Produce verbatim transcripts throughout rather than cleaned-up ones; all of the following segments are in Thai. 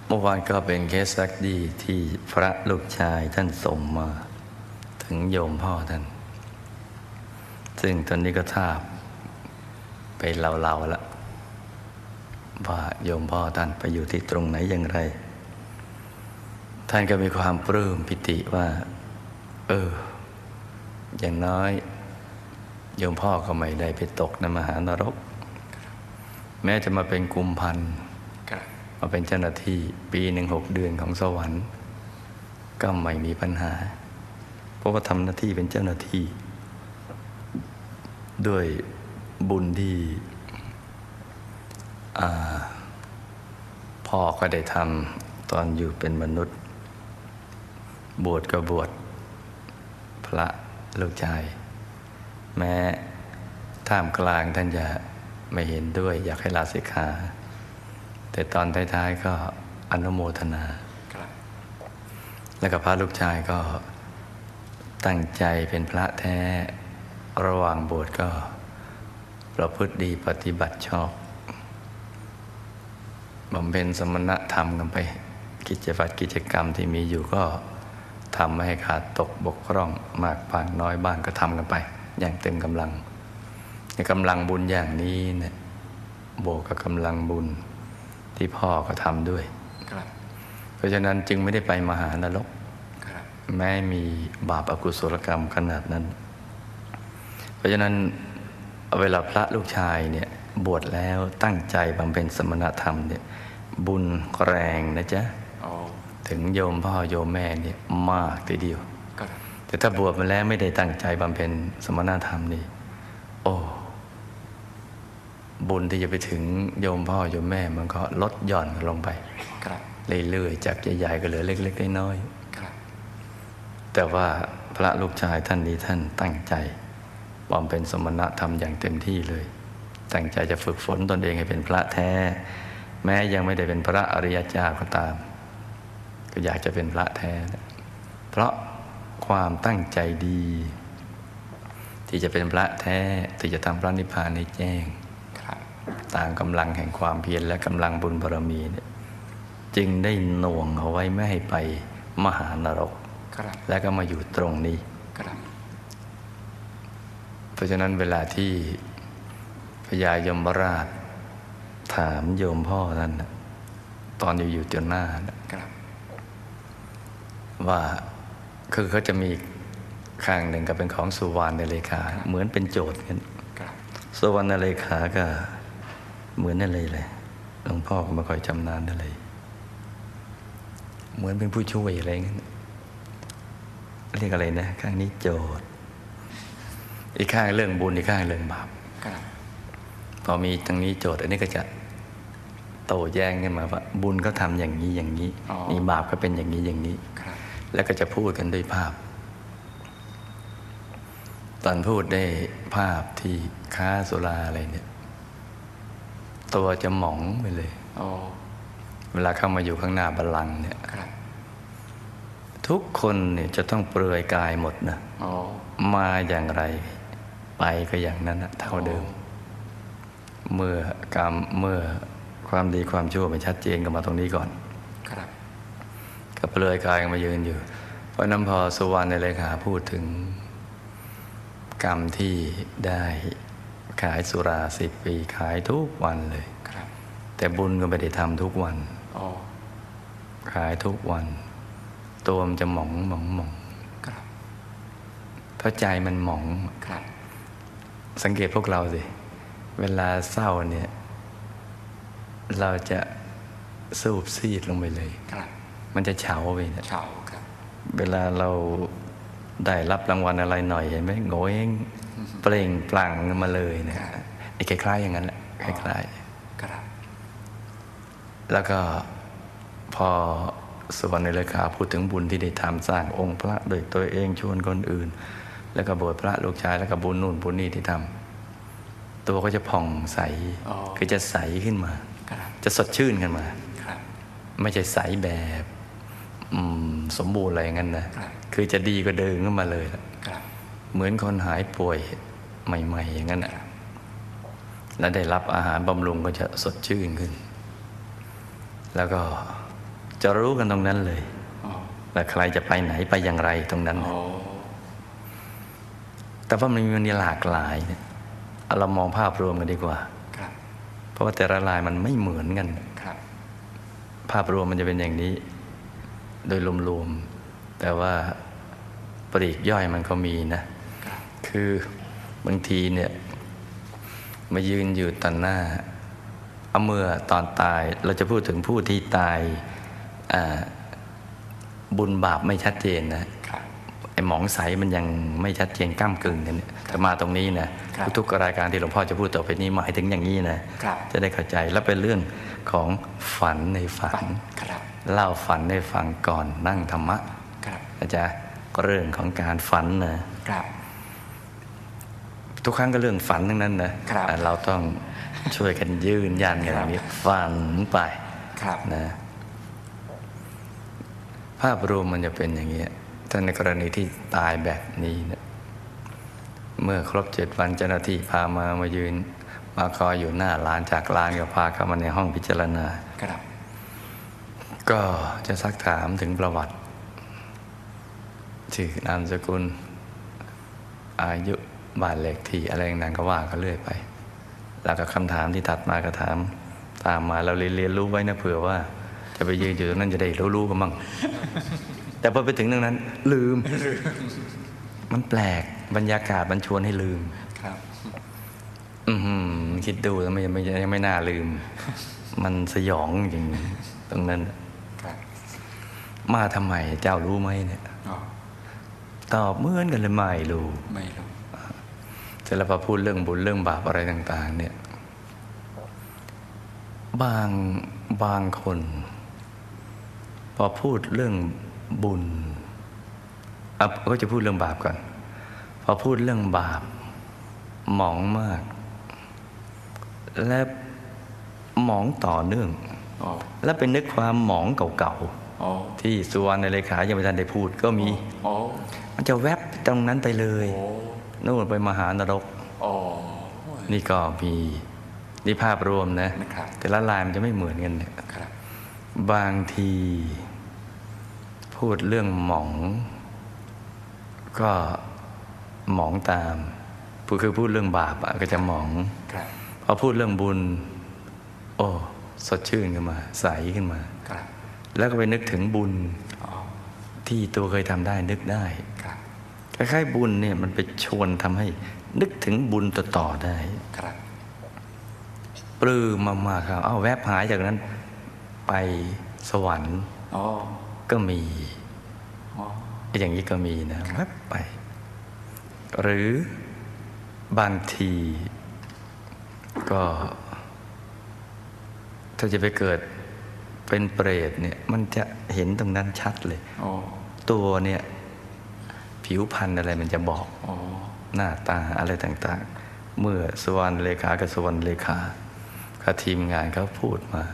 เมื่อวานก็เป็นเคสสตั๊ดดี้ที่พระลูกชายท่านส่งมาถึงโยมพ่อท่านซึ่งตอนนี้ก็ทราบไปเล่าๆแล้วว่าโยมพ่อท่านไปอยู่ที่ตรงไหนอย่างไรท่านก็มีความปลื้มปิติว่าเอออย่างน้อยโยมพ่อก็ไม่ได้ไปตกในมหานรกแม้จะมาเป็นกุมพันธ์มาเป็นเจ้าหน้าที่ปีหนึ่งหกเดือนของสวรรค์ก็ไม่มีปัญหาเพราะว่าทำหน้าที่เป็นเจ้าหน้าที่ด้วยบุญที่พ่อก็ได้ทำตอนอยู่เป็นมนุษย์บวชก็บวชพระลูกชายแม้ท่ามกลางท่านจะไม่เห็นด้วยอยากให้ลาสิกขาแต่ตอนท้ายๆก็อนุโมทนาแล้วก็พระลูกชายก็ตั้งใจเป็นพระแท้ระหว่างบวชก็ประพฤติดีปฏิบัติชอบบำเพ็ญสมณธรรมกันไปกิจวัตรกิจกรรมที่มีอยู่ก็ทำไม่ให้ขาดตกบกพร่องมากบ้างน้อยบ้างก็ทำกันไปอย่างเต็มกำลังในกำลังบุญอย่างนี้เนี่ยโบกกับกำลังบุญที่พ่อก็ทำด้วยเพราะฉะนั้นจึงไม่ได้ไปมหานรกแม้มีบาปอกุศลกรรมขนาดนั้นเพราะฉะนั้นเวลาพระลูกชายเนี่ยบวชแล้วตั้งใจบำเพ็ญสมณธรรมเนี่ยบุญแรงนะจ๊ะถึงโยมพ่อโยมแม่เนี่ยมากทีเดียวแต่ถ้าบวชมาแล้วไม่ได้ตั้งใจบำเพ็ญสมณธรรมนี่โอ้บุญที่จะไปถึงโยมพ่อโยมแม่มันก็ลดหย่อนลงไปเรื่อยๆจากใหญ่ๆก็เหลือเล็กๆน้อยๆแต่ว่าพระลูกชายท่านนี้ท่านตั้งใจบำเพ็ญสมณธรรมอย่างเต็มที่เลยตั้งใจจะฝึกฝนตนเองให้เป็นพระแท้แม้ยังไม่ได้เป็นพระอริยเจ้าก็ตามก็อยากจะเป็นพระแท้เพราะความตั้งใจดีที่จะเป็นพระแท้ที่จะทำพระนิพพานให้แจ้งตามกำลังแห่งความเพียรและกำลังบุญบารมีเนี่ยจึงได้หน่วงเอาไว้ไม่ให้ไปมหานรกและก็มาอยู่ตรงนี้เพราะฉะนั้นเวลาที่พญายมราชถามโยมพ่อท่านตอนอยู่อยู่จนหน้าว่าคือเขาจะมีข้างหนึ่งก็เป็นของสุวรรณเลขาเหมือนเป็นโจทย์กันสุวรรณเลขาก็เหมือนอะไรเลยหลวงพ่อก็ไม่ค่อยจำนานอะไรเหมือนเป็นผู้ช่วยอะไรเงี้ยเรียกอะไรนะข้างนี้โจทย์อีกข้างเรื่องบุญอีกข้างเรื่องบาปพอมีทางนี้โจทย์อันนี้ก็จะโต้แย้งกันมาว่าบุญเขาทำอย่างนี้อย่างนี้นี่บาปก็เป็นอย่างนี้อย่างนี้แล้วก็จะพูดกันด้วยภาพตอนพูดได้ภาพที่ค้าสุราอะไรเนี่ยตัวจะหมองไปเลยเวลาเข้ามาอยู่ข้างหน้าบัลลังก์เนี่ยทุกคนเนี่ยจะต้องเปลือยกายหมดนะมาอย่างไรไปก็อย่างนั้นนะเท่าเดิมเมื่อกรรมเมื่อความดีความชั่วมันชัดเจนกันมาตรงนี้ก่อนก็เปลือยกายกันมายืนอยู่เพราะนั้นพอสุวรรณในเลขาพูดถึงกรรมที่ได้ขายสุราสิบปีขายทุกวันเลยแต่บุญก็ไม่ได้ทำทุกวันขายทุกวันตัวมันจะหมองหมองหมองเพราะใจมันหมองสังเกตพวกเราสิเวลาเศร้าเนี่ยเราจะสูบซีดลงไปเลยมันจะเฉาไปนะเฉาครับเวลาเราได้รับรางวัลอะไรหน่อยเห็นไหมโง่เองเปล่งปลั่งมาเลยนะไอ้คล้ายๆอย่างนั้นแหละคล้ายๆแล้วก็พอสุวรรณเลขาพูดถึงบุญที่ได้ทำสร้างองค์พระโดยตัวเองชวนคนอื่นแล้วก็บวชพระลูกชายแล้วก็บุญนู่นบุญนี่ที่ทำตัวก็จะผ่องใสคือจะใสขึ้นมาจะสดชื่นขึ้นมาไม่ใช่ใสแบบสมบูรณ์อะไรอย่างนั้นนะคือจะดีกว่าเดิมขึ้นมาเลยเหมือนคนหายป่วยใหม่ๆอย่างนั้นนะแล้วได้รับอาหารบำรุงก็จะสดชื่นขึ้น แล้วก็จะรู้กันตรงนั้นเลยว่าใครจะไปไหนไปอย่างไรตรงนั้นแต่ว่ามันมีหลากหลายเนี่ยเรามองภาพรวมกันดีกว่าเพราะว่าแต่ละลายมันไม่เหมือนกันภาพรวมมันจะเป็นอย่างนี้โดยรวมๆแต่ว่าปลีกย่อยมันก็มีนะคือบางทีเนี่ยมายืนอยู่ต่อหน้าเอาเมื่อตอนตายเราจะพูดถึงผู้ที่ตายบุญบาปไม่ชัดเจนนะไอ้หมองใสมันยังไม่ชัดเจนก้ำกึ่งกันเนี่ยแต่มาตรงนี้นะทุกๆรายการที่หลวงพ่อจะพูดต่อไปนี้หมายถึงอย่างนี้นะจะได้เข้าใจแล้วเป็นเรื่องของฝันในฝันเล่าฝันให้ฟังก่อนนั่งธรรมะอาจารย์เรื่องของการฝันนะทุกครั้งก็เรื่องฝันทั้งนั้นนะเราต้องช่วยกันยืนยันอย่างนี้ฝันไปนะภาพรวมมันจะเป็นอย่างนี้ถ้าในกรณีที่ตายแบบนี้เนี่ยเมื่อครบเจ็ดวันเจ้าหน้าที่พามามายืนมาคอยอยู่หน้าลานจากลานก็พาเข้ามาในห้องพิจารณาก็จะซักถามถึงประวัติชื่อนามสกุลอายุบ้านเลขที่อะไรต่างๆก็ว่ากันเรื่อยไปแล้วก็คำถามที่ถัดมาก็ถามตามมาเราเรียนรู้ไว้นะเผื่อว่าจะไปยืนอยู่ตรงนั้นจะได้รู้ๆกันมั่งแต่พอไปถึงตรงนั้นลืมมันแปลกบรรยากาศมันชวนให้ลืมอืมคิดดูแล้วไม่ไม่ยังไม่น่าลืมมันสยองจริงตรงนั้นมาทำไมเจ้ารู้ไหมเนี่ยตอบเหมือนกันเลยไม่รู้ไม่รู้เสร็จแล้วพอพูดเรื่องบุญเรื่องบาปอะไรต่างๆเนี่ยบางบางคนพอพูดเรื่องบุญอ่ะก็จะพูดเรื่องบาปก่อนพอพูดเรื่องบาปหมองมากและหมองต่อเนื่องและเป็นนึกความหมองเก่าๆที่สุวรรณเลขายังไม่ทันได้พูดก็มีมันจะแวบตรงนั้นไปเลยนู่นไปมหานรกนี่ก็มีนี่ภาพรวมนะแต่ละลายมันจะไม่เหมือนกันบางทีพูดเรื่องหมองก็หมองตามคือพูดเรื่องบาปก็จะหมองพอพูดเรื่องบุญโอ้สดชื่นขึ้นมาใสขึ้นมาแล้วก็ไปนึกถึงบุญที่ตัวเคยทำได้นึกได้คล้ายๆบุญเนี่ยมันไปชวนทำให้นึกถึงบุญต่อๆได้ปลื้มมากๆครับเอาแวบหายจากนั้นไปสวรรค์ก็มีอย่างนี้ก็มีนะแวบไปหรือบางทีก็ถ้าจะไปเกิดเป็นเปรตเนี่ยมันจะเห็นตรงนั้นชัดเลยตัวเนี่ยผิวพรรณอะไรมันจะบอกหน้าตาอะไรต่างๆเมื่อสวรรณเลขากับสวรรณเลขากับทีมงานเขาพูดมา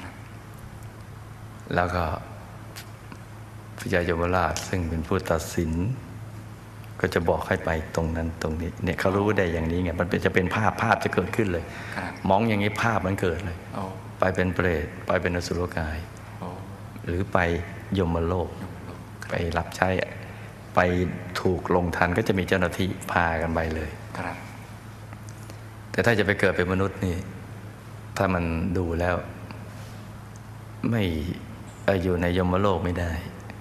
แล้วก็พระยายมราชซึ่งเป็นผู้ตัดสินก็จะบอกให้ไปตรงนั้นตรงนี้เนี่ยเขารู้ได้อย่างนี้ไงมันจะเป็นภาพภาพจะเกิดขึ้นเลยมองอย่างนี้ภาพมันเกิดเลยไปเป็นเปรตไปเป็นอสุรกายหรือไปยมโลกไปรับใช้ไปถูกลงทันก็จะมีเจ้าหน้าที่พากันไปเลยแต่ถ้าจะไปเกิดเป็นมนุษย์นี่ถ้ามันดูแล้วไม่อยู่ในยมโลกไม่ได้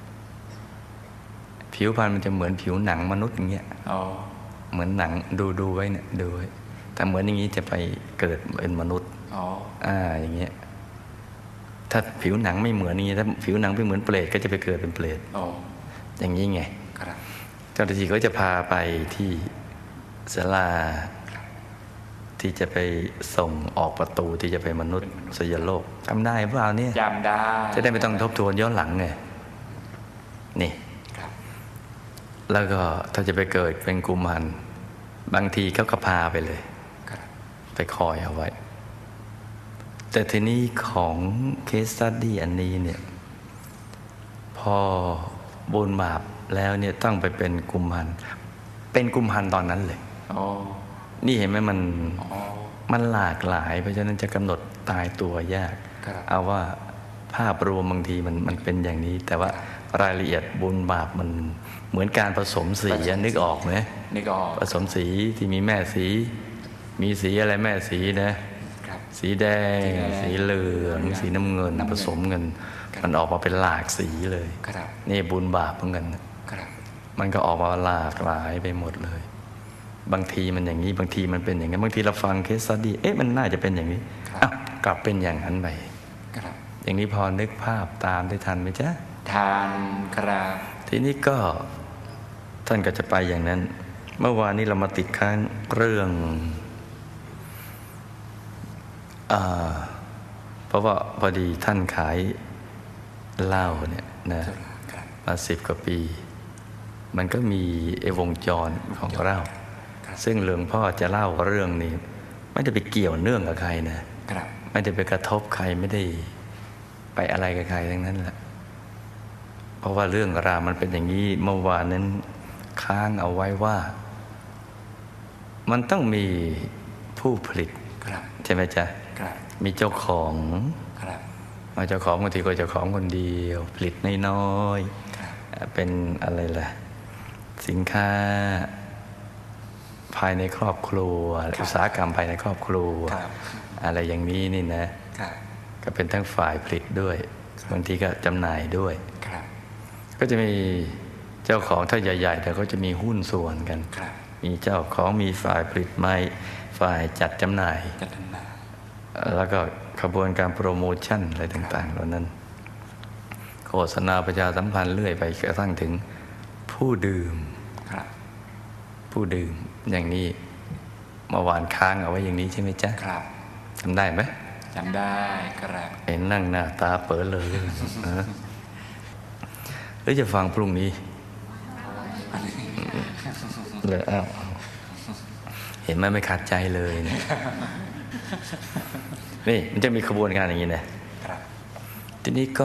ผิวพรรณมันจะเหมือนผิวหนังมนุษย์อย่างเงี้ยเหมือนหนังดูดูไว้เนี่ยดูไว้ถ้าเหมือนอย่างนี้จะไปเกิดเป็นมนุษย์อ่าอย่างเงี้ยถ้าผิวหนังไม่เหมือนนี้ถ้าผิวหนังไม่เหมือนเปรตก็จะไปเกิดเป็นเปรตอย่างนี้ไงเจ้าหน้าที่ก็จะพาไปที่ศาลาที่จะไปส่งออกประตูที่จะไปมนุษย์สยโลกจำได้เปล่าเนี่ยจำได้จะได้ไม่ต้องทบทวนย้อนหลังไงนี่แล้วก็ถ้าจะไปเกิดเป็นกุมารบางทีเขาก็พาไปเลยไปคอยเอาไว้แต่ทีนี้ของเคสสตัดดี้อันนี้เนี่ยพอบุญบาปแล้วเนี่ยต้องไปเป็นกุมารเป็นกุมารตอนนั้นเลยนี่เห็นไหมมันมันหลากหลายเพราะฉะนั้นจะกำหนดตายตัวยากเอาว่าภาพรวมบางทีมันมันเป็นอย่างนี้แต่ว่ารายละเอียดบุญบาปมันเหมือนการผสมสีนึกออกไหมนึกออกผสมสีที่มีแม่สีมีสีอะไรแม่สีนะสีแดงสีเหลืองสีน้ำเงินผสมเงินมันออกมาเป็นหลากสีเลยนี่บุญบาปเหมือนกันมันก็ออกมาหลากหลายไปหมดเลยบางทีมันอย่างนี้บางทีมันเป็นอย่างนี้บางทีเราฟังเคสสตั๊ดดี้เอ๊ะมันน่าจะเป็นอย่างนี้อ้าวกลับเป็นอย่างนั้นไปอย่างนี้พอนึกภาพตามได้ทันไหมจ๊ะทันครับทีนี้ก็ท่านก็จะไปอย่างนั้นเมื่อวานนี้เรามาติดค้างเรื่องอ่าเพราะว่าพอดีท่านขายเหล้าเนี่ยนะมาสิบกว่าปีมันก็มีไอ้วงจรของเหล้าซึ่งหลวงพ่อจะเล่าเรื่องนี้ไม่ได้ไปเกี่ยวเนื่องกับใครนะไม่ได้ไปกระทบใครไม่ได้ไปอะไรกับใครทั้งนั้นแหละเพราะว่าเรื่องราวมันเป็นอย่างนี้เมื่อวานนั้นค้างเอาไว้ว่ามันต้องมีผู้ผลิตใช่ไหมจ๊ะมีเจ้าของมาเจ้าของบางทีก็เจ้าของคนเดียวผลิตน้อยๆเป็นอะไรล่ะสินค้าภายในครอบครัวอุตสาหกรรมภายในครอบครัวอะไรอย่างนี้นี่นะก็เป็นทั้งฝ่ายผลิตด้วยบางทีก็จำหน่ายด้วยก็จะมีเจ้าของถ้าใหญ่ๆแต่ก็จะมีหุ้นส่วนกันมีเจ้าของมีฝ่ายผลิตไม้ฝ่ายจัดจำหน่ายแล้วก็ขบวนการโปรโมชั่นอะไรต่างๆเหล่านั้นโฆษณาประชาสัมพันธ์เรื่อยไปกระทั่งถึงผู้ดื่มผู้ดื่มอย่างนี้เมื่อวานค้างเอาไว้อย่างนี้ใช่ไหมจ๊ะครับจำได้ไหมจำได้ครับเห็นนั่งหน้าตาเปิดเลยนะหรือจะฟังพรุ่งนี้เลยอ้าวเห็นไหมไม่ขาดใจเลยเนี่ยนี่มันจะมีขบวนการอย่างนี้นะทีนี้ก็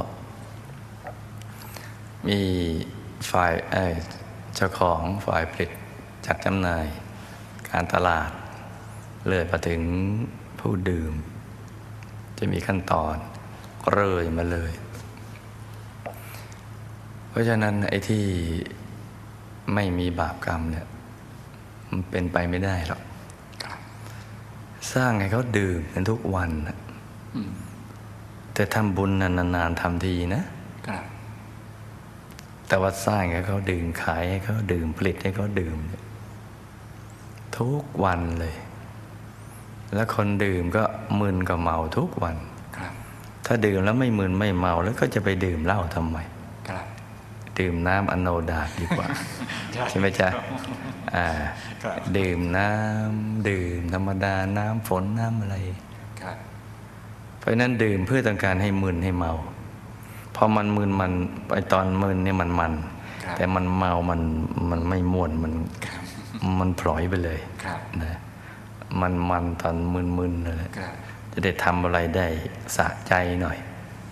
มีฝ่ายเจ้าของฝ่ายผลิตจัดจำหน่ายการตลาดเลื่อยไปถึงผู้ดื่มจะมีขั้นตอนเรื่อยมาเลยเพราะฉะนั้นไอ้ที่ไม่มีบาปกรรมเนี่ยมันเป็นไปไม่ได้หรอกสร้างให้เขาดื่มกันทุกวันนะแต่ทำบุญนานๆทำทีนะแต่ว่าสร้างให้เขาดื่มขายให้เขาดื่มผลิตให้เขาดื่มทุกวันเลยแล้วคนดื่มก็มึนกับเมาทุกวันถ้าดื่มแล้วไม่มึนไม่เมาแล้วก็จะไปดื่มเหล้าทำไมดื่มน้ำอโนดาตดีกว่า ใช่ไหมจ๊ะอ่าดื่มน้ำดื่มธรรมดาน้ำฝนน้ำอะไรเพราะนั้นดื่มเพื่อต้องการให้มึนให้เมาพอมันมึนมันไอตอนมึนเนี่ยมันมันแต่มันเมามันมันไม่ม่วนมันมันพลอยไปเลยนะมันมันตอนมึนมึนนั่นแหละจะได้ทำอะไรได้สะใจหน่อย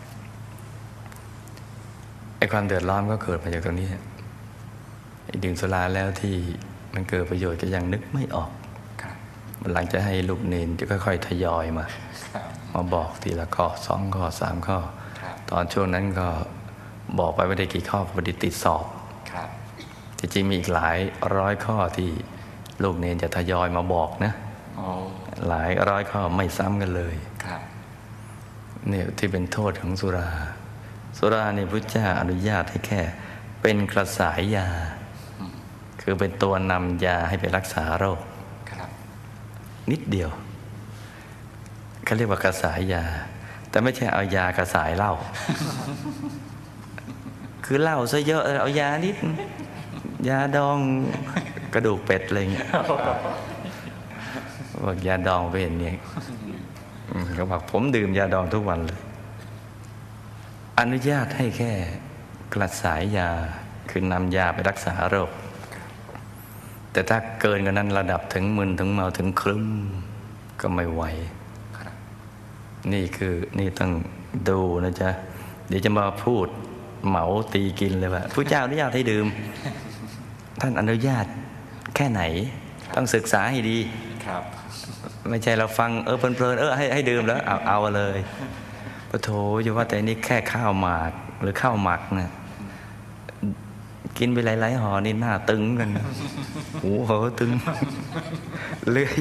ไอความเดือดร้อนก็เกิดมาจากตรงนี้ไอดื่มสุราแล้วที่มันเกิดประโยชน์ก็ยังนึกไม่ออกมันหลังจะให้ลูกเนนจะค่อยๆทยอยมามาบอกทีละข้อสองข้อสามข้อตอนช่วงนั้นก็บอกไปไม่ได้กี่ข้อพอดีติดสอบจริงๆมีอีกหลายร้อยข้อที่ลูกเนนจะทยอยมาบอกนะหลายร้อยข้อไม่ซ้ำกันเลยเนี่ยที่เป็นโทษของสุราสุราเนี่ยพุทธเจ้าอนุญาตให้แค่เป็นกระสายยาคือเป็นตัวนำยาให้ไปรักษาโรคนิดเดียวเขาเรียกว่ากระสายยาแต่ไม่ใช่เอายากระสายเหล้าคือเหล้าซะเยอะเอายานิดยาดองกระดูกเป็ดอะไรเงี้ยบอกยาดองเป็นเนี่ยเขาบอกผมดื่มยาดองทุกวันเลยอนุญาตให้แค่กระสายยาคือนำยาไปรักษาโรคแต่ถ้าเกินกว่านั้นระดับถึงมึนถึงเมาถึงคลึ้มก็ไม่ไหวนี่คือนี่ต้องดูนะจ๊ะเดี๋ยวจะมาพูดเหมาตีกินเลยว่าพระเจ้าอนุญาตให้ดื่มท่านอนุญาตแค่ไหนต้องศึกษาให้ดีไม่ใช่เราฟังเออเพลินๆเออให้ให้ดื่มแล้วเอาเอาเลยปะโถอย่าว่าแต่นี่แค่ข้าวหมากหรือข้าวหมักนะกินไปหลายๆห่อนี่หน้าตึงกันหูเหอตึงเลื่อย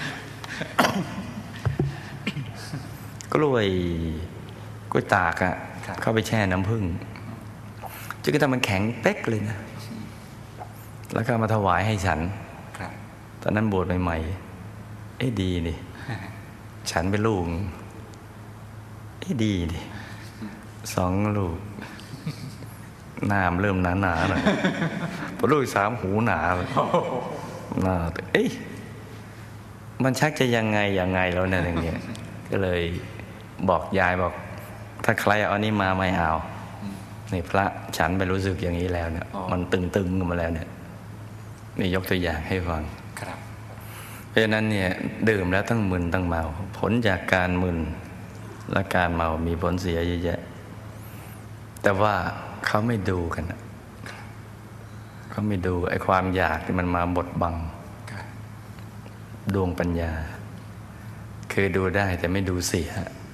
กล้วยกล้วยตากอะเข้าไปแช่น้ำผึ้งจนกระทั่งมันแข็งเป๊กเลยนะแล้วก็มาถวายให้ฉันตอนนั้นบวชใหม่ๆเอ๊ะดีนี่ฉันเป็นลูกเอ๊ะดีดิสองลูกหน้ามันเริ่มหนาๆหน่อยพอลูกสามหูหนาเลยหน้าเอ๊ะมันชักจะยังไงยังไงแล้วเนี่ยอย่างเงี้ยก็เลยบอกยายบอกถ้าใครเอานี้มาไม่เอานี่พระฉันไปรู้สึกอย่างนี้แล้วเนี่ยมันตึงๆมาแล้วเนี่ยนี่ยกตัวอย่างให้ฟังเพราะฉะนั้นเนี่ยดื่มแล้วต้องมึนต้องเมาผลจากการมึนและการเมามีผลเสียเยอะแยะแต่ว่าเขาไม่ดูกันเขาไม่ดูไอ้ความอยากที่มันมาบดบังดวงปัญญาคือดูได้แต่ไม่ดูเสีย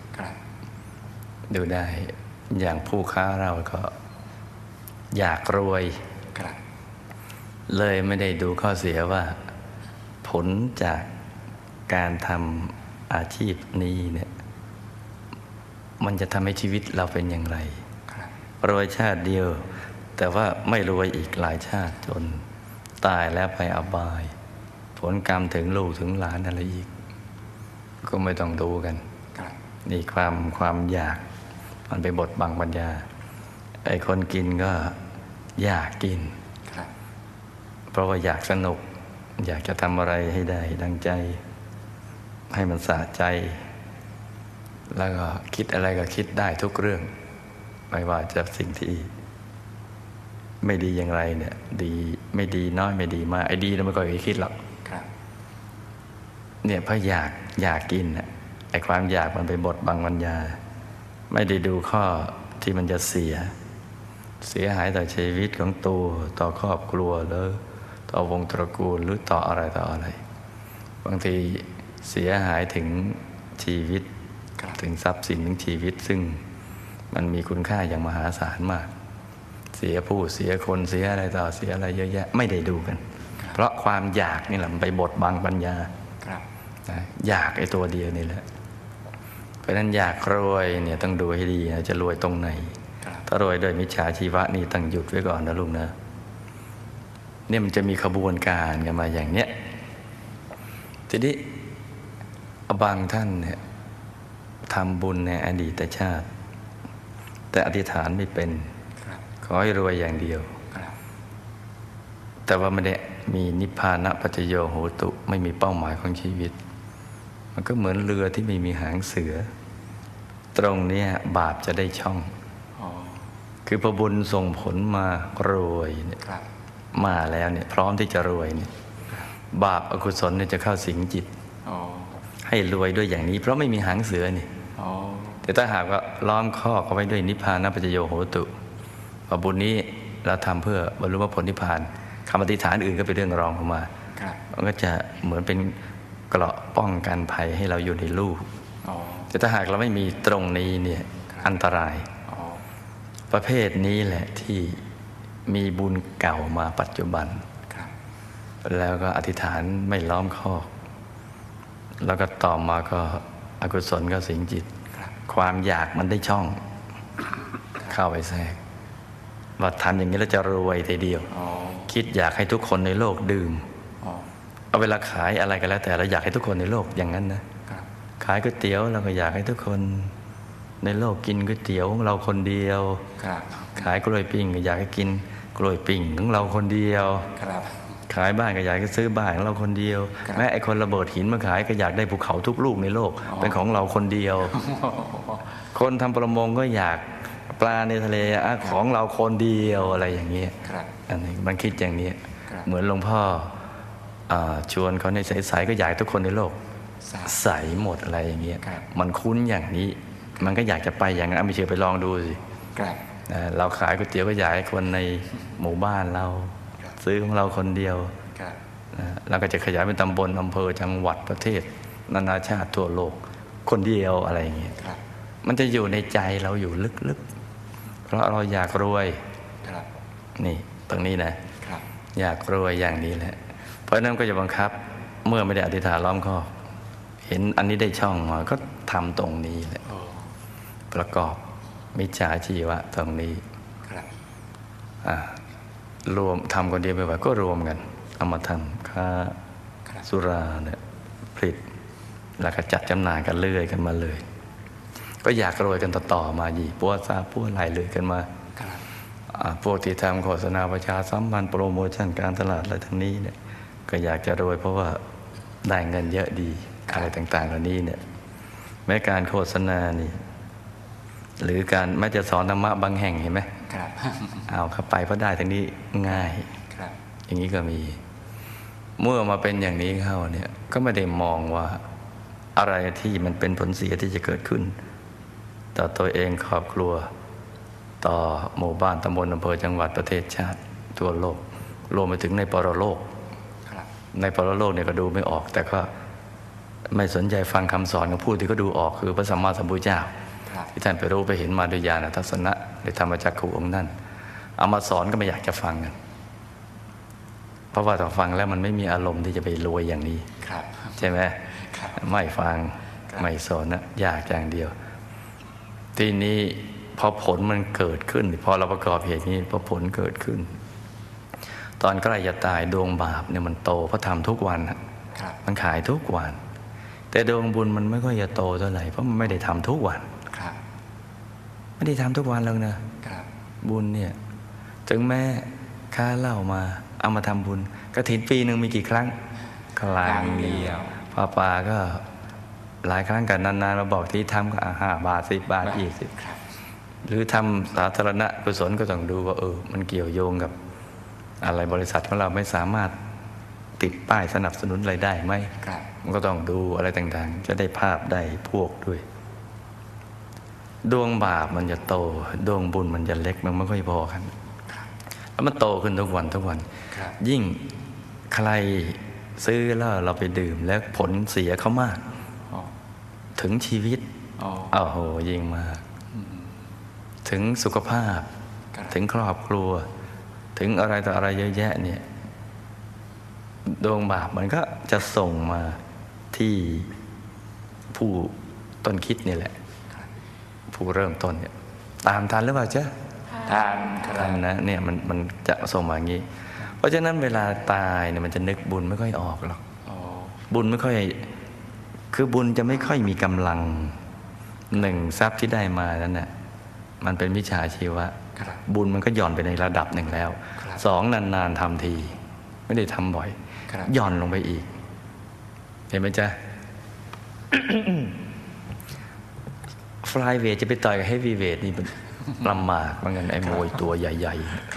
ดูได้อย่างผู้ค้าเราก็อยากรวยเลยไม่ได้ดูข้อเสียว่าผลจากการทำอาชีพนี้เนี่ยมันจะทำให้ชีวิตเราเป็นอย่างไรรวยชาติเดียวแต่ว่าไม่รวยอีกหลายชาติจนตายแล้วไปอบายผลกรรมถึงลูกถึงหลานอะไรอีกก็ไม่ต้องดูกันนี่ความความอยากมันไปบดบังปัญญาไอ้คนกินก็อยากกินเพราะว่าอยากสนุกอยากจะทำอะไรให้ได้ดังใจให้มันสะใจแล้วก็คิดอะไรก็คิดได้ทุกเรื่องไม่ว่าจะสิ่งที่ไม่ดีอย่างไรเนี่ยดีไม่ดีน้อยไม่ดีมากไอ้ดีเราไม่ค่อยคิดหรอกเนี่ยเพราะอยากอยากกินน่ะไอ้ความอยากมันไปบดบังปัญญาไม่ได้ดูข้อที่มันจะเสียเสียหายต่อชีวิตของตัวต่อครอบครัวหรือต่อวงตระกูลหรือต่ออะไรต่ออะไรบางทีเสียหายถึงชีวิตถึงทรัพย์สินถึงชีวิตซึ่งมันมีคุณค่าอย่างมหาศาลมากเสียผู้เสียคนเสียอะไรต่อเสียอะไรเยอะแยะไม่ได้ดูกันเพราะความอยากนี่แหละมันไปบดบังปัญญาอยากไอ้ตัวเดียวนี่แหละเพราะฉะนั้นอยากรวยเนี่ยต้องดูให้ดีนะจะรวยตรงไหนถ้ารวยโดยมิจฉาชีวะนี่ต้องหยุดไว้ก่อนนะลุงนะเนี่ยมันจะมีขบวนการกันมาอย่างเนี้ยทีนี้บางท่านเนี่ยทำบุญในอดีตชาติแต่อธิษฐานไม่เป็นขอให้รวยอย่างเดียวแต่ว่าไม่ได้มีนิพพานะปัจจโยโหตุไม่มีเป้าหมายของชีวิตมันก็เหมือนเรือที่ไม่มีหางเสือตรงนี้บาปจะได้ช่องคือพอบุญส่งผลมารวยเนี่ยมาแล้วเนี่ยพร้อมที่จะรวยเนี่ยบาปอกุศลเนี่ยจะเข้าสิงจิตให้รวยด้วยอย่างนี้เพราะไม่มีหางเสือนี่แต่ถ้าหากว่าล้อมคอกเอาไว้ด้วยนิพพานะปัจจโยโหตุพอบุญนี้เราทำเพื่อบรรลุผลนิพพานคำอธิษฐานอื่นก็เป็นเรื่องรองลงมามันก็จะเหมือนเป็นเกราะป้องกันภัยให้เราอยู่ในรูปแต่ถ้าหากเราไม่มีตรงนี้เนี่ยอันตรายประเภทนี้แหละที่มีบุญเก่ามาปัจจุบันแล้วก็อธิษฐานไม่ล้อมคอกแล้วก็ต่อมาก็อกุศลก็สิงจิตความอยากมันได้ช่องเข้าไปแทรกว่าทำอย่างนี้แล้วจะรวยทีเดียวคิดอยากให้ทุกคนในโลกดื่มเอาเวลาขายอะไรก็แล้วแต่เราอยากให้ทุกคนในโลกอย่างนั้นนะขายก๋วยเตี๋ยวเราก็อยากให้ทุกคนในโลกกินก๋วยเตี๋ยวของเราคนเดียวขายกล้วยปิ้งก็อยากให้กินกล้วยปิ้งของเราคนเดียวขายบ้านก็อยากให้ซื้อบ้านของเราคนเดียวแม้ไอ้คนระเบิดหินมาขายก็อยากได้ภูเขาทุกลูกในโลกเป็นของเราคนเดียวคนทำประมงก็อยากปลาในทะเลของเราคนเดียวอะไรอย่างเงี้ยอันนี้มันคิดอย่างนี้เหมือนหลวงพ่อชวนเขาในใสๆก็อยากทุกคนในโลกใสหมดอะไรอย่างเงี้ยมันคุ้นอย่างนี้มันก็อยากจะไปอย่างนั้นไม่เชื่อไปลองดูสิเราขายก๋วยเตี๋ยวก็อยากให้คนในหมู่บ้านเราซื้อของเราคนเดียวเราก็จะขยายเป็นตำบลอำเภอจังหวัดประเทศนานาชาติทั่วโลกคนเดียวอะไรอย่างเงี้ยมันจะอยู่ในใจเราอยู่ลึกๆเพราะเราอยากรวยครับนี่ตรงนี้นะครับอยากรวยอย่างนี้แหละเพราะนั้นก็จะบังคับเมื่อไม่ได้อธิษฐานล้อมคอบเห็นอันนี้ได้ช่องมาก็ทำตรงนี้แหละประกอบมิจฉาชีวะตรงนี้ครับรวมทำคนเดียวไม่ไหวก็รวมกันเอามาทำค้าสุราเนี่ยผลิตแล้วก็จัดจำหน่ายกันเรื่อยกันมาเลยก็อยากรวยกันต่อๆมาหยีปัวซาปัวไหลเลยกันมาพวกที่ทำโฆษณาประชาสัมพันธ์โปรโมชั่นการตลาดอะไรทั้งนี้เนี่ยก็อยากจะรวยเพราะว่าได้เงินเยอะดีอะไรต่างๆเหล่านี้เนี่ยแม้การโฆษณานี่หรือการแม้จะสอนธรรมะบางแห่งเห็นไหมเอาเข้าไปเพราะได้ทั้งนี้ง่ายอย่างนี้ก็มีเมื่อมาเป็นอย่างนี้เข้าเนี่ยก็ไม่ได้มองว่าอะไรที่มันเป็นผลเสียที่จะเกิดขึ้นต่อตัวเองครอบครัวต่อหมู่บ้านตำบลอำเภอจังหวัดประเทศชาติทั่วโลกรวมไปถึงในปรโลกในปรโลกเนี่ยก็ดูไม่ออกแต่ก็ไม่สนใจฟังคำสอนของผู้ที่เขาดูออกคือพระสัมมาสัมพุทธเจ้าที่ท่านไปรู้ไปเห็นมาด้วยญาณทัศนะในธรรมจักขุองค์นั้นเอามาสอนก็ไม่อยากจะฟังกันเพราะว่าถ้าฟังแล้วมันไม่มีอารมณ์ที่จะไปรวยอย่างนี้ใช่ไหมไม่ฟังไม่สอนนะอยากอย่างเดียวทีนี้พอผลมันเกิดขึ้นพอเราประกอบเหตุนี้พอผลเกิดขึ้นตอนใกล้จะตายดวงบาปเนี่ยมันโตเพราะทำทุกวันมันขายทุกวันแต่ดวงบุญมันไม่ค่อยจะโตเท่าไหร่เพราะมันไม่ได้ทำทุกวันไม่ได้ทำทุกวันแล้วนะบุญเนี่ยถึงแม้ค่าเหล้ามาเอามาทำบุญกฐินปีหนึ่งมีกี่ครั้งครั้งเดียวป้าป่าก็หลายครั้งกันนานๆมาบอกที่ทำก็ห้าบาทสิบบาทยี่สิบหรือทำสาธารณกุศลก็ต้องดูว่าเออมันเกี่ยวโยงกับอะไรบริษัทของเราไม่สามารถติดป้ายสนับสนุนอะไรได้ไหมมันก็ต้องดูอะไรต่างๆจะได้ภาพได้พวกด้วยดวงบาปมันจะโตดวงบุญมันจะเล็กมันไม่ค่อยพอกันแล้วมันโตขึ้นทุกวันทุกวันยิ่งใครซื้อแล้วเราไปดื่มแล้วผลเสียเขามากถึงชีวิตโอ้โหยิ่งมากถึงสุขภาพถึงครอบครัวถึงอะไรต่ออะไรเยอะแยะเนี่ยดวงบาปมันก็จะส่งมาที่ผู้ต้นคิดนี่แหละผู้เริ่มต้นเนี่ยตามทันหรือเปล่าจ๊ะทันทันนะเนี่ยมันมันจะส่งมาอย่างนี้เพราะฉะนั้นเวลาตายเนี่ยมันจะนึกบุญไม่ค่อยออกหรอกบุญไม่ค่อยคือบุญจะไม่ค่อยมีกำลังหนึ่งทรัพย์ที่ได้มานั้นน่ะมันเป็นวิชาชีวะบุญมันก็หย่อนไปในระดับหนึ่งแล้วสองนานๆทำทีไม่ได้ทำบ่อยหย่อนลงไปอีกเห็นไหมจ๊ะ ฟลายเวทจะไปต่อยกับเฮฟวีเวทนี่มันลำบากเหมือนกันไอ้มวยตัวใหญ่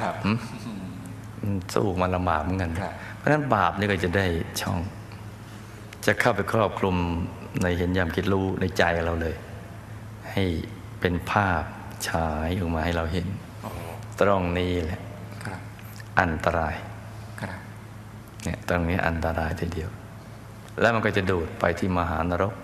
ๆสู้มันลำบากเหมือนกันเพราะฉะนั้นบาปนี่ก็จะได้ช่องจะเข้าไปครอบคลุมในเห็นยามคิดรู้ในใจเราเลยให้เป็นภาพฉายออกมาให้เราเห็นตรงนี้แหละอันตรายเนี่ยตรงนี้อันตรายทีเดียวแล้วมันก็จะดูดไปที่มหานรก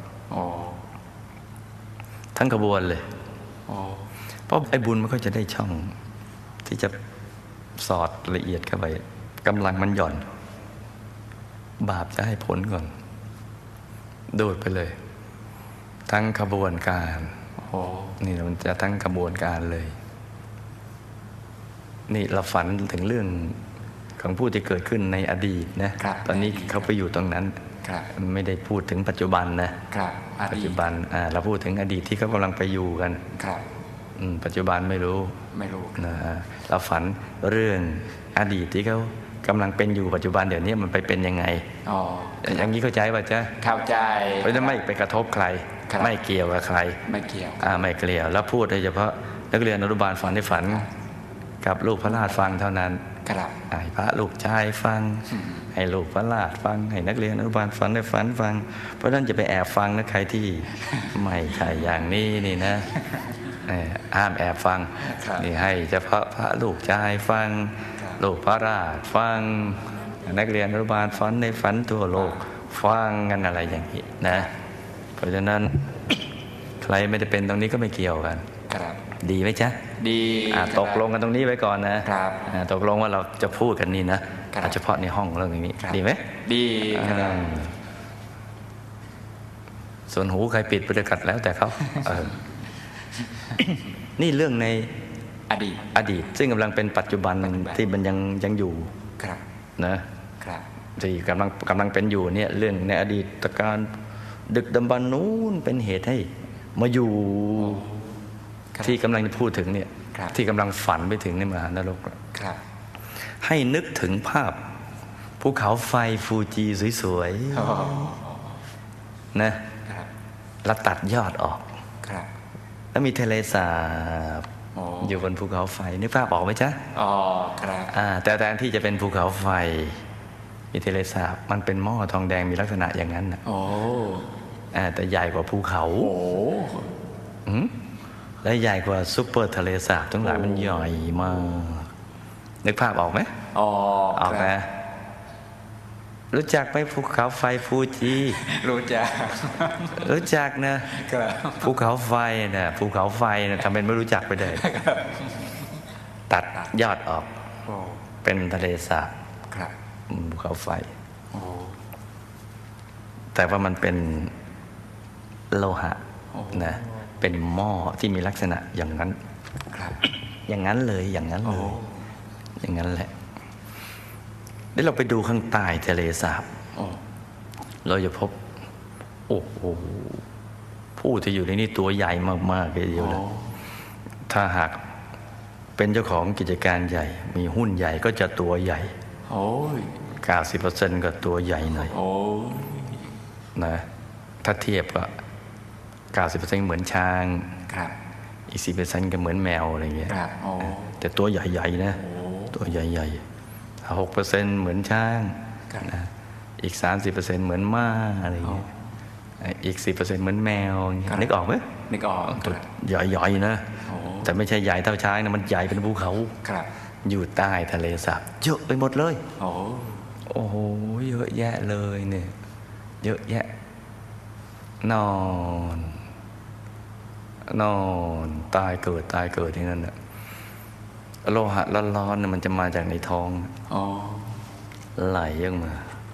ทั้งกระบวนเลยเพราะไอ้บุญมันก็จะได้ช่องที่จะสอดละเอียดเข้าไปกำลังมันหย่อนบาปจะให้ผลก่อนดูดไปเลยทั้งขบวนการนี่มันจะทั้งขบวนการเลยนี่เราฝันถึงเรื่องของผู้ที่เกิดขึ้นในอดีตนะตอนนี้เขาไปอยู่ตรงนั้นไม่ได้พูดถึงปัจจุบันนะปัจจุบันเราพูดถึงอดีตที่เขากำลังไปอยู่กันปัจจุบันไม่รู้ไม่รู้นะเราฝันเรื่องอดีตที่เขากำลังเป็นอยู่ปัจจุบันเดี๋ยวนี้มันไปเป็นยังไงอ๋ออย่างนี้เข้าใจป่ะจ๊ะเข้าใจเพราะฉะนั้นไม่ไปกระทบใครไม่เกี่ยวกับใครไม่เกี่ยวอ่าไม่เกี่ยวแล้วพูดโดยเฉพาะนักเรียนอนุบาลฝันในฝันกับลูกพระราชฟังเท่านั้นให้พระลูกชายฟังให้ลูกพระราชฟังให้นักเรียนอนุบาลฝันในฝันฟังเพราะฉะนั้นจะไปแอบฟังนะใครที่ไม่ใช่อย่างนี้นี่นะห้ามแอบฟังนี่ให้เฉพาะพระลูกชายฟังลูกพระราชฟังนักเรียนอนุบาลฝันในฝันทั่วโลกฟังกันอะไรอย่างนี้นะเพราะฉะนั้นใครไม่ได้เป็นตรงนี้ก็ไม่เกี่ยวกันครับดีไหมจ๊ะดีตกลงกันตรงนี้ไว้ก่อนนะครับตกลงว่าเราจะพูดกันนี่นะเฉพาะในห้องเรื่องนี้ดีไหมดีครับส่วนหูใครปิดประกัดแล้วแต่เขานี่เรื่องในอดีตอดีตซึ่งกำลังเป็นปัจจุบันที่มันยังยังอยู่นะครับที่กำลังกำลังเป็นอยู่เนี่ยเรื่องในอดีตการดึกดำบรรพ์นู้นเป็นเหตุให้มาอยู่ที่กำลังจะพูดถึงเนี่ยที่กำลังฝันไปถึงในมหานรกให้นึกถึงภาพภูเขาไฟฟูจิสวยๆนะแล้วตัดยอดออกแล้วมีทะเลสาบอยู่บนภูเขาไฟนึกภาพออกไหมจ๊ะอ๋อครับแต่แทนที่จะเป็นภูเขาไฟมีทะเลสาบมันเป็นหม้อทองแดงมีลักษณะอย่างนั้นนะโอ้แต่ใหญ่กว่าภูเขาโอ้และใหญ่กว่าซุปเปอร์ทะเลสาบทั้งหลายมันใหญ่มากนึกภาพออกไหมอ๋อออกไหมรู้จักไหมภูเขาไฟฟูจิรู้จักรู้จักนะภูเขาไฟนะภูเขาไฟนะทำเป็นไม่รู้จักไปเลยตัดยอดออกเป็นทะเลสาบภูเขาไฟแต่ว่ามันเป็นโลหะนะเป็นหม้อที่มีลักษณะอย่างนั้นอย่างนั้นเลยอย่างนั้นเลยอย่างนั้นแหละนี่เราไปดูข้างใต้ทะเลสาบเราจะพบโอ้โหผู้ที่อยู่ในนี้ตัวใหญ่มากๆเลยเดียวเลยถ้าหากเป็นเจ้าของกิจการใหญ่มีหุ้นใหญ่ก็จะตัวใหญ่โอ้ยเก้าสิบเปอร์เซ็นต์ก็ตัวใหญ่หน่อยโอ้นะถ้าเทียบก็เก้าสิบเปอร์เซ็นต์เหมือนช้างอีกสิบเปอร์เซ็นต์ก็เหมือนแมวอะไรเงี้ยแต่ตัวใหญ่ๆนะตัวใหญ่ๆหกเปอร์เซ็นต์เหมือนช้างนะอีกสามสิบเปอร์เซ็นต์เหมือนม้าอะไรเงี้ยอีกสิบเปอร์เซ็นต์เหมือนแมวนึกออกไหมนึกออกตัวใหญ่ๆนะแต่ไม่ใช่ใหญ่เท่าช้างนะมันใหญ่เป็นภูเขาอยู่ใต้ทะเลสาบเยอะไปหมดเลยโอ้โอ้โหเยอะแยะเลยเนี่ยเยอะแยะนอนนอนตายเกิดตายเกิดที่นั่นแหละโลหะร้อนๆเนี่ยมันจะมาจากในท้องไหลออกมา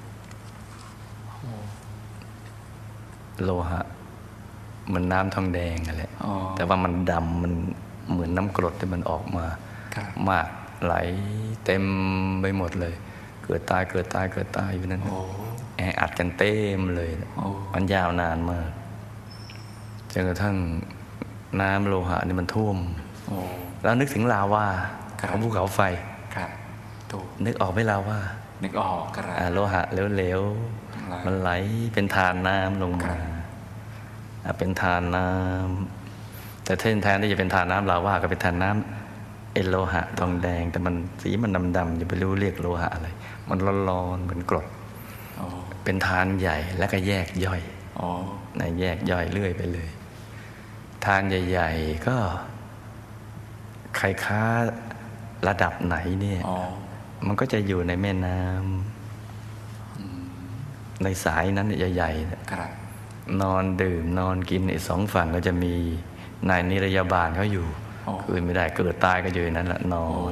โลหะมันน้ำทองแดงอะไรแต่ว่ามันดำมันเหมือนน้ำกรดที่มันออกมามากไหลเต็มไปหมดเลยเกิดตายเกิดตายเกิดตายอยู่นั่นแออัดกันเต็มเลยมันยาวนานมากจนกระทั่งน้ำโลหะนี่มันท่วมแล้วนึกถึงลาวาของภูเขาไฟนึกออกไหมลาวานึกออกครับโลหะเหลวๆมันไหลเป็นทานน้ำลงมาเป็นทานน้ำแต่แทนที่จะเป็นทานน้ำลาวาก็เป็นทานน้ำเอโลหะทองแดงแต่มันสีมันดำๆจะไปรู้เรียกโลหะอะไรมันร้อนๆเหมือนกรดเป็นทานใหญ่แล้วก็แยกย่อยในแยกย่อยเรื่อยไปเลยทานใหญ่ๆก็ใครค้าระดับไหนเนี่ยมันก็จะอยู่ในแม่น้ำในสายนั้นใหญ่ๆนอนดื่มนอนกินไอ้สองฝั่งก็จะมีนายนิรยาบาลเขาอยู่คือไม่ได้เกิดตายก็อยู่นั้นแหละนอน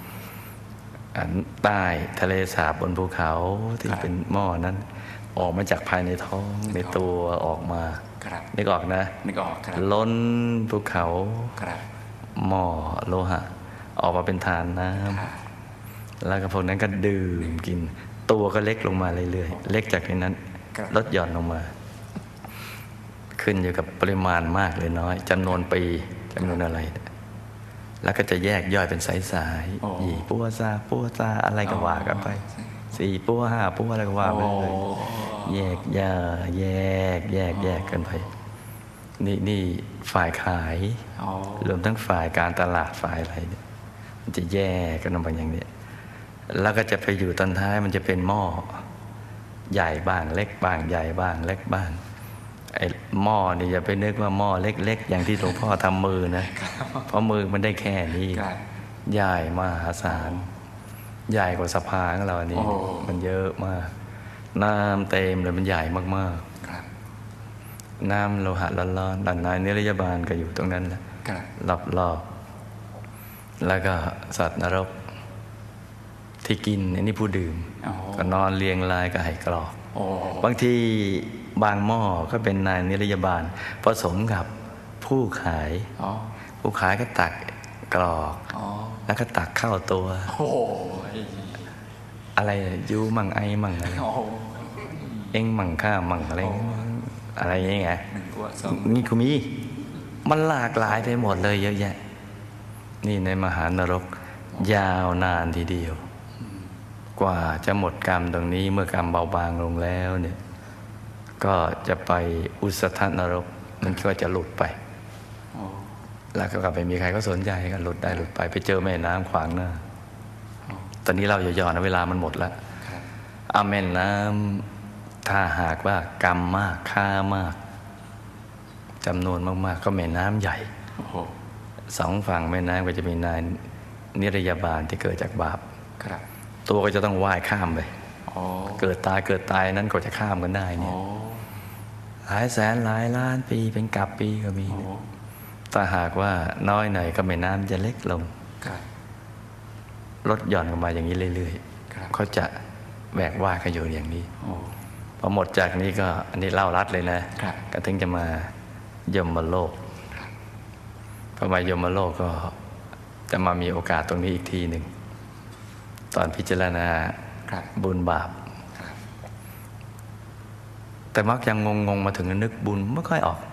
ใต้ทะเลสาบบนภูเขาที่เป็นหม้อนั้นออกมาจากภายในท้องในตัวออกมานึกออกนะนึกออกล้นภูเขาหม้อโลหะออกมาเป็นทานน้ำแล้วก็พวกนั้นก็ดื่มกินตัวก็เล็กลงมาเรื่อยๆเล็กจากนั้นลดหย่อนลงมาขึ้นอยู่กับปริมาณมากหรือน้อยจำนวนปีจำนวนอะไรแล้วก็จะแยกย่อยเป็นสายๆยี่ปัวซาปัวซาอะไรก็ว่ากันไปสี่ปัวห้าปัวอะไรก็ว่าไปเลยแยกย่าแยกแยกแยกกันไปนี่นี่ฝ่ายขายรวมทั้งฝ่ายการตลาดฝ่ายอะไรเนี่ยมันจะแยกกันออกมาอย่างนี้แล้วก็จะไปอยู่ตอนท้ายมันจะเป็นหม้อใหญ่บ้างเล็กบ้างใหญ่บ้างเล็กบ้างไอ้หม้อนี่อย่าไปนึกว่าหม้อเล็กๆอย่างที่หลวงพ่อทำมือนะเพราะมือมันได้แค่นี้ใหญ่มหาศาลใหญ่กว่าสะพานของเราอันนี้มันเยอะมากน้ำเต็มเลยมันใหญ่มากๆน้ำโลหะร้อนๆด้านในนิรยาบาลก็อยู่ตรงนั้นแหละรอบๆแล้วก็สัตว์นรกที่กินอันนี้ผู้ดื่มก็นอนเรียงรายกับไหกรอกบางทีบางหม้อก็เป็นนายนิรยาบาลผสมกับผู้ขายผู้ขายก็ตักกรอกแล้วก็ตักเข้าตัวอะไรยูมั่งไอมั่งอะไรเอ็งมั่งข้ามั่งอะไรอะไรอย่างเงี้ยนี่คือมีมันหลากหลายไปหมดเลยเยอะแยะนี่ในมหานรกยาวนานทีเดียวกว่าจะหมดกรรมตรงนี้เมื่อกรรมเบาบางลงแล้วเนี่ยก็จะไปอุสธนรกมันก็จะหลุดไปแล้วก็กลับไปมีใครก็สนใจกันหลุดได้หลุดไปไปเจอแม่น้ำขวางหน้าตอนนี้เราอย่าย่อนะเวลามันหมดแล้วอาแม่น้ำถ้าหากว่ากรรมมากค่ามากจำนวนมากๆก็แม่น้ำใหญ่สองฝั่งแม่น้ำก็จะมีนายนิรยาบาลที่เกิดจากบาปตัวก็จะต้องว่ายข้ามไปเกิดตายเกิดตายนั้นก็จะข้ามกันได้เนี่ยหลายแสนหลายล้านปีเป็นกับปีก็มีถ้าหากว่าน้อยหน่อยก็แม่น้ำจะเล็กลงลดหย่อนกันมาอย่างนี้เรื่อยๆเขาจะแบกว่ายกันอยู่อย่างนี้พอหมดจากนี้ก็อันนี้เล่ารัดเลยนะก็ถึงจะมายมโลกพอมายมโลกก็จะมามีโอกาสตรงนี้อีกทีหนึ่งตอนพิจารณาบุญบาปแต่มักยังงงๆมาถึงนึกบุญไม่ค่อยออก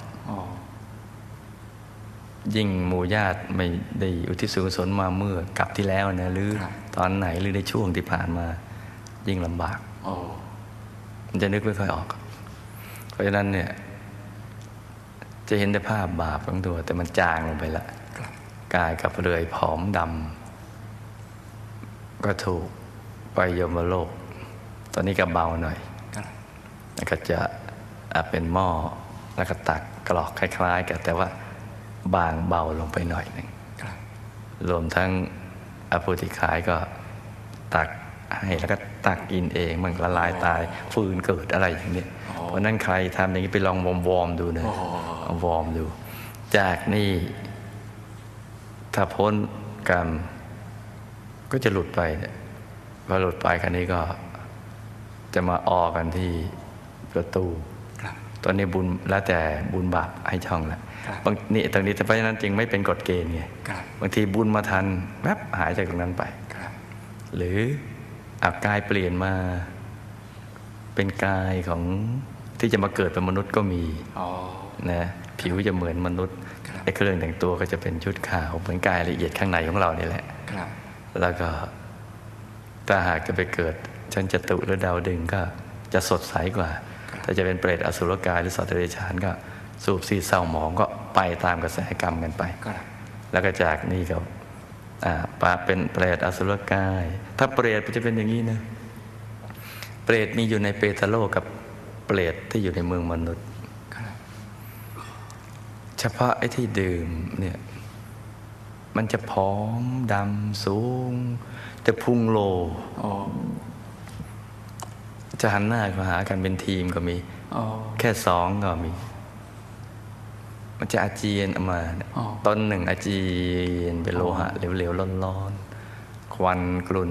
ยิ่งหมู่ญาติไม่ได้อุทิศส่วนกุศลมาเมื่อกลับที่แล้วนะหรือตอนไหนหรือในช่วงที่ผ่านมายิ่งลำบากมันจะนึกไม่ค่อยออกเพราะฉะนั้นเนี่ยจะเห็นแต่ภาพบาปของตัวแต่มันจางลงไปละกายกับเรือยผอมดำก็ถูกไปยมโลกตอนนี้ก็เบาหน่อยแล้วก็จะเป็นหม้อแล้วก็ตักกรอกคล้ายๆกันแต่ว่าบางเบาลงไปหน่อยหนึ่งรวมทั้งอภูติขายก็ตักให้แล้วก็ตักกินเองมันละลายตายฟืนเกิดอะไรอย่างนี้เพราะนั้นใครทำอย่างนี้ไปลองวอมวอมดูนะวอมดูจากนี่ถ้าพ้นกรรมก็จะหลุดไปพอหลุดไปครั้นี้ก็จะมาออกันที่ประตูตอนนี้บุญแล้วแต่บุญบาปให้ช่องละบางนี่ตรงนี้แต่เพราะฉะนั้นจึงไม่เป็นกฎเกณฑ์ไงบางทีบุญมาทันแวบหายจากตรงนั้นไปหรืออากายเปลี่ยนมาเป็นกายของที่จะมาเกิดเป็นมนุษย์ก็มีนะผิวจะเหมือนมนุษย์ไอ้เครื่องแต่งตัวก็จะเป็นชุดขาวเหมือนกายละเอียดข้างในของเรานี่แหละแล้วก็ถ้าหากจะไปเกิดชั้นจตุหรือดาวดึงก็จะสดใสกว่าถ้าจะเป็นเปรตอสุรกายหรือสัตว์เดรัจฉานก็สูบซีดเศร้าหมองก็ไปตามกระแสกรรมกันไปแล้วก็จากนี่ก็ปาเป็นเปรตอสุรกายถ้าเปรตจะเป็นอย่างนี้นะเปรตมีอยู่ในเปตโลกกับเปรตที่อยู่ในเมืองมนุษย์เฉพาะไอ้ที่ดื่มเนี่ยมันจะผอมดำสูงจะพุงโลจะหันหน้ามาหากันเป็นทีมก็มีแค่สองก็มีมันจะอาเจียนออกมาต้นหนึ่งอาเจียนเป็นโลหะเหลวๆร้อนๆควันกลุ่น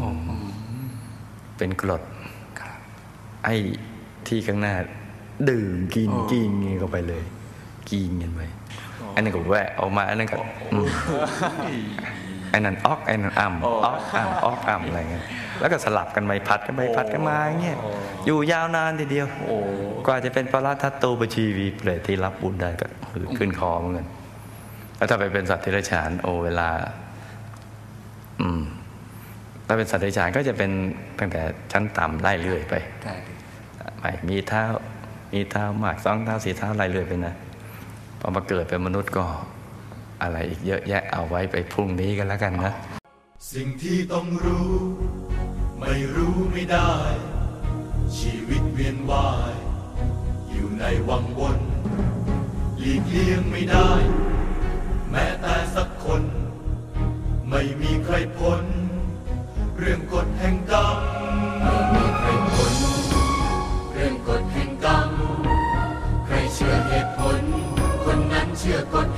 เป็นกรดไอ้ที่ข้างหน้าดื่มกินกินเข้าไปเลยกินกันไปอันนั้นก็แวะออกมาอันนั้นก็ไอ้นั่นออกไอ้นั่นอ่ำออกอ่ำออกอ่ำอะไรเงี้ยแล้วก็สลับกันไปพัดกันไปพัดกันมาอย่างเงี้ยอยู่ยาวนานทีเดียวกว่าจะเป็นปราทัตโตปชีวีเปรตที่รับบุญได้ก็ขึ้นคอเหมือนกันแล้วถ้าไปเป็นสัตว์เดรัจฉานโอเวลาอืมถ้าเป็นสัตว์เดรัจฉานก็จะเป็นตั้งแต่ชั้นต่ำไล่เรื่อยไปไปมีเท้ามีเท้ามากสองเท้าสี่เท้าไล่เรื่อยไปนะพอมาเกิดเป็นมนุษย์ก็อะไรอีกเยอะแยะเอาไว้ไปพรุ่งนี้กันแล้วกันนะสิ่งที่ต้องรู้ไม่รู้ไม่ได้ชีวิตเวียนว่ายอยู่ในวังวนหลีกเลี่ยงไม่ได้แม้แต่สักคนไม่มีใครพ้นเรื่องกฎแห่งกรรมไม่มีใครพ้นเรื่องกฎแห่งกรรมใครเชื่อเชื่อกฎ